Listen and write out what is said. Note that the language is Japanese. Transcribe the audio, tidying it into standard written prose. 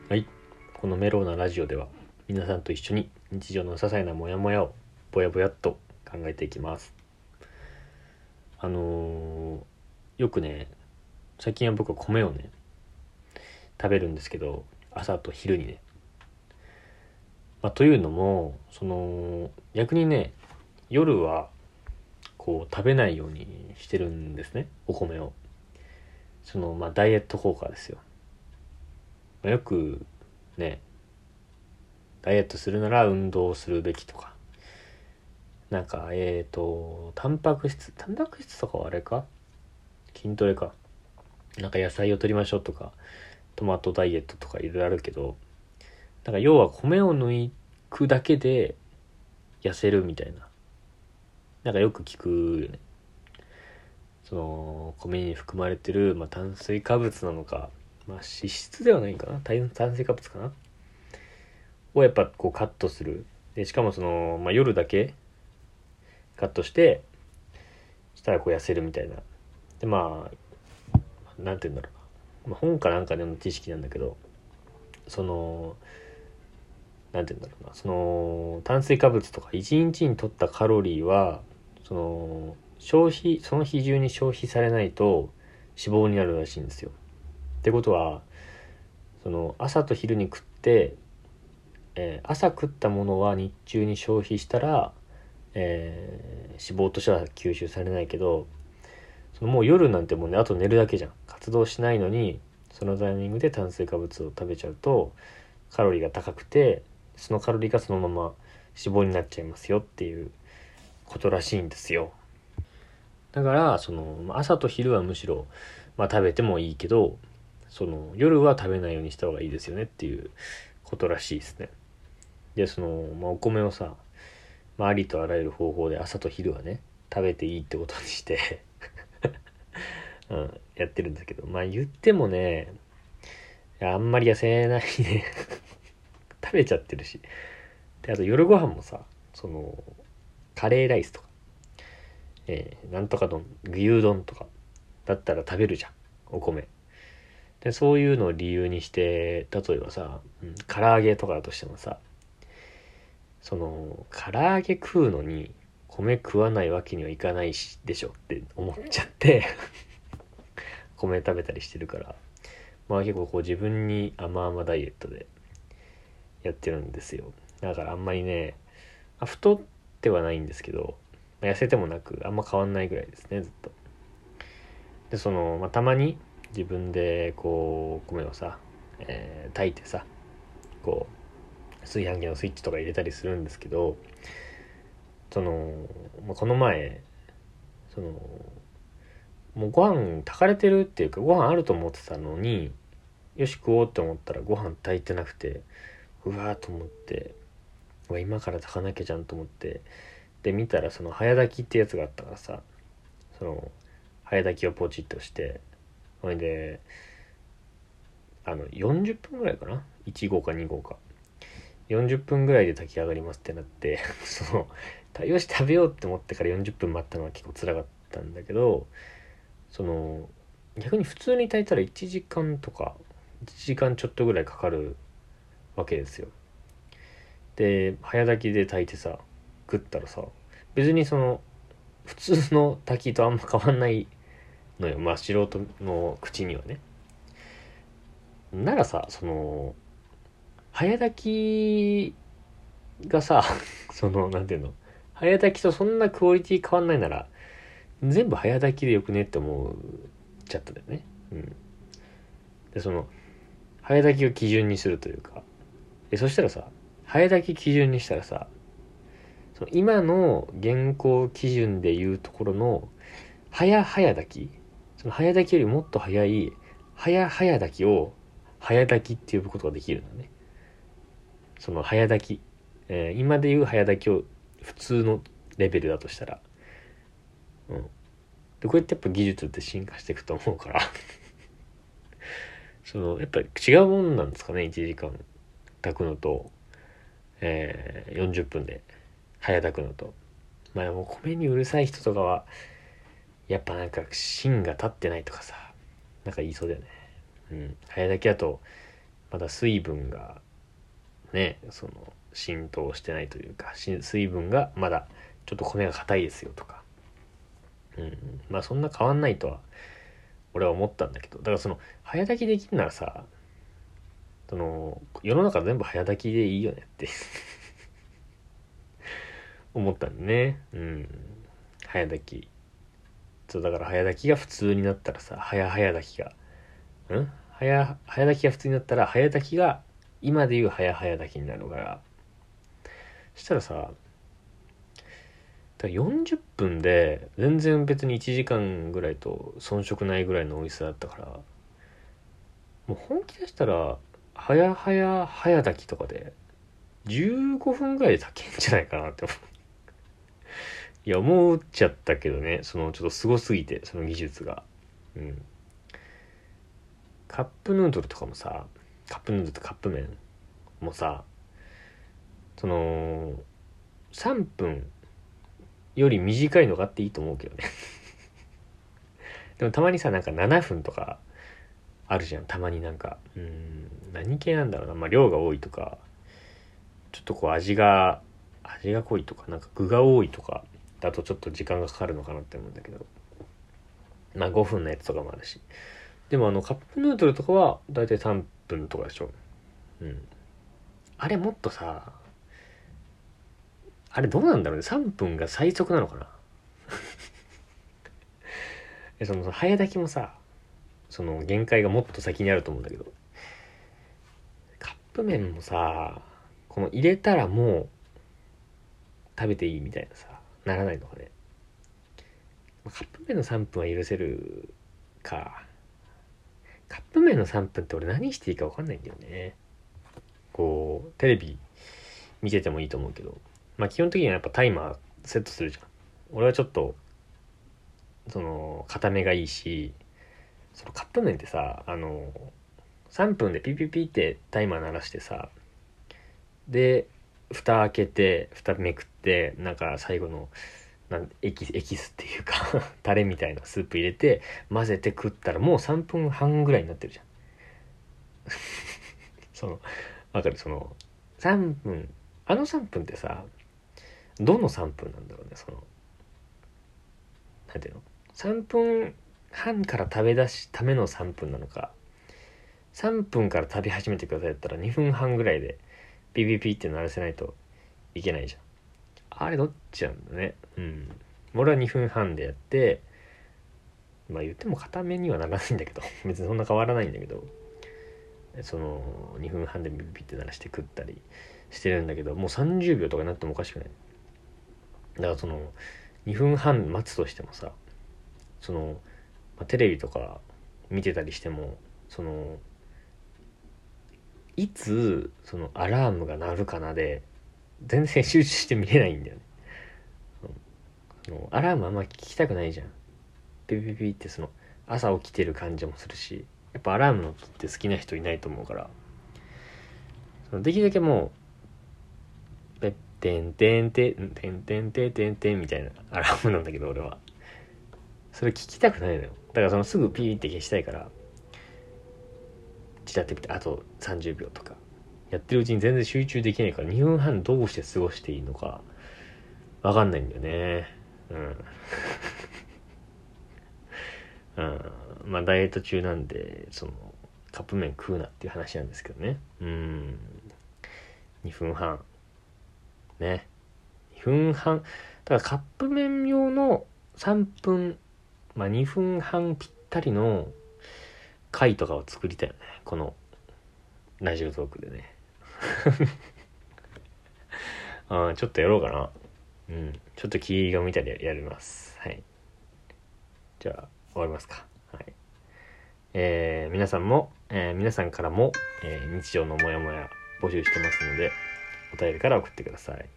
はい、このメロウなラジオでは皆さんと一緒に日常の些細なモヤモヤをぼやぼやっと考えていきます。よくね、最近は僕は米をね食べるんですけど、朝と昼にね、というのも逆にね、夜はこう食べないようにしてるんですね、お米を。ダイエット効果ですよ。よくね、ダイエットするなら運動するべきとか、タンパク質とかはあれか、筋トレか、野菜を取りましょうとか、トマトダイエットとかいろいろあるけど、要は米を抜くだけで痩せるみたいな、よく聞くよね。米に含まれてる、炭水化物なのか、脂質ではないかな、炭水化物かなをやっぱこうカットする。でしかも夜だけカットしたらこう痩せるみたいな。でなんて言うんだろうな、本かなんかでの知識なんだけど、なんて言うんだろうな、炭水化物とか一日に取ったカロリーはその日中に消費されないと脂肪になるらしいんですよ。ってことは朝と昼に食って、朝食ったものは日中に消費したら、脂肪としては吸収されないけど、もう夜なんてもうね、あと寝るだけじゃん。活動しないのにそのタイミングで炭水化物を食べちゃうとカロリーが高くて、そのカロリーがそのまま脂肪になっちゃいますよっていうことらしいんですよ。だから朝と昼はむしろ食べてもいいけど、夜は食べないようにした方がいいですよねっていうことらしいですね。でお米をさ、ありとあらゆる方法で朝と昼はね食べていいってことにしてやってるんですけど、言ってもね、あんまり痩せないね食べちゃってるし。であと夜ご飯もさ、カレーライスとか、なんとか丼、牛丼とかだったら食べるじゃん、お米で。そういうのを理由にして、例えばさ、唐揚げとかだとしてもさ、唐揚げ食うのに米食わないわけにはいかないしでしょって思っちゃって米食べたりしてるから、結構こう自分に甘々ダイエットでやってるんですよ。だからあんまりね、太ってはないんですけど、痩せてもなくあんま変わんないぐらいですね、ずっと。でたまに自分でこう米をさ、炊いてさ、こう炊飯器のスイッチとか入れたりするんですけど、この前もうご飯炊かれてるっていうか、ご飯あると思ってたのに、よし食おうって思ったらご飯炊いてなくて、うわーと思って、今から炊かなきゃじゃんと思って、で見たら早炊きってやつがあったからさ、早炊きをポチッとして、それで40分ぐらいかな、1合か2合か40分ぐらいで炊き上がりますってなってよし食べようって思ってから40分待ったのは結構辛かったんだけど、逆に普通に炊いたら1時間とか1時間ちょっとぐらいかかるわけですよ。で早炊きで炊いてさ食ったらさ、別に普通の炊きとあんま変わんないのよ、素人の口にはね。ならさ、早炊きがさなんていうの、早炊きとそんなクオリティ変わんないなら全部早炊きでよくねって思っちゃったんだよね。で早炊きを基準にするというか、そしたらさ、早炊き基準にしたらさ、今の現行基準でいうところの早炊き、早炊きよりもっと早い早炊きを早炊きって呼ぶことができるんだね。早炊き、今でいう早炊きを普通のレベルだとしたら、でこうやってやっぱ技術って進化していくと思うからやっぱり違うもんなんですかね、1時間炊くのと、40分で早炊くのと。でも米にうるさい人とかはやっぱ芯が立ってないとかさ、言いそうだよね。早炊きだと、 まだ水分がねその浸透してないというか、水分がまだちょっと米が硬いですよとか、まあそんな変わんないとは俺は思ったんだけど、だからその早炊きできるならさ、その世の中全部早炊きでいいよねって思ったんだね。早炊き、そうだから早炊きが普通になったらさ、早炊きが早炊きが普通になったら、早炊きが今でいう早炊きになるから、そしたらさ、だから40分で全然別に1時間ぐらいと遜色ないぐらいの美味しさだったから、もう本気出したら早炊きとかで15分ぐらいで炊けんじゃないかなって思う。いや思っちゃったけどね、そのちょっとすごすぎて、その技術が。カップヌードルとかもさ、カップヌードルとカップ麺もさ、その3分より短いのがあっていいと思うけどねでもたまにさ、なんか7分とかあるじゃん。たまになんか何系なんだろうな、まあ量が多いとか、ちょっとこう味が濃いとか、なんか具が多いとかだとちょっと時間がかかるのかなって思うんだけど、まあ5分のやつとかもあるし、でもカップヌードルとかはだいたい3分とかでしょ。あれもっとさ、あれどうなんだろうね、3分が最速なのかなその早炊きもさ、その限界がもっと先にあると思うんだけど、カップ麺もさ、この入れたらもう食べていいみたいなさ、ならないのかね。カップ麺の3分は許せるか。カップ麺の3分って俺何していいか分かんないんだよね。こうテレビ見ててもいいと思うけど、まあ基本的にはやっぱタイマーセットするじゃん。俺はちょっとその固めがいいし、そのカップ麺ってさ、3分でピピピってタイマー鳴らしてさ、で蓋開けて蓋めくって、なんか最後のエキスっていうかタレみたいなスープ入れて混ぜて食ったらもう3分半ぐらいになってるじゃんそのわかる、その3分、あの3分ってさ、どの3分なんだろうね。そのなんていうの、3分半から食べ出すための3分なのか、3分から食べ始めてくださいだったら2分半ぐらいでピピピって鳴らせないといけないじゃん。あれどっちなんだね。俺は2分半でやって、まあ言っても固めにはならないんだけど別にそんな変わらないんだけど、その2分半でピピピって鳴らして食ったりしてるんだけど、もう30秒とかになってもおかしくない。だからその2分半待つとしてもさ、その、テレビとか見てたりしても、そのいつそのアラームが鳴るかなで全然集中して見れないんだよね。アラームあんま聞きたくないじゃん。ピピピってその朝起きてる感じもするし、やっぱアラームの音って好きな人いないと思うから、そのできるだけもうペッテンテンテンテンテンテンテンテンみたいなアラームなんだけど、俺はそれ聞きたくないのよ。だからそのすぐピーって消したいから、チラってみてあと30秒とかやってるうちに全然集中できないから、2分半どうして過ごしていいのか分かんないんだよね。まあダイエット中なんで、そのカップ麺食うなっていう話なんですけどね。2分半ね、2分半だからカップ麺用の3分、まあ2分半ぴったりの回とかを作りたいよね、このラジオトークでねちょっとやろうかな。ちょっと気が向いたらやります。はい、じゃあ終わりますか。はい、皆さんも、皆さんからも、日常のモヤモヤ募集してますので、お便りから送ってください。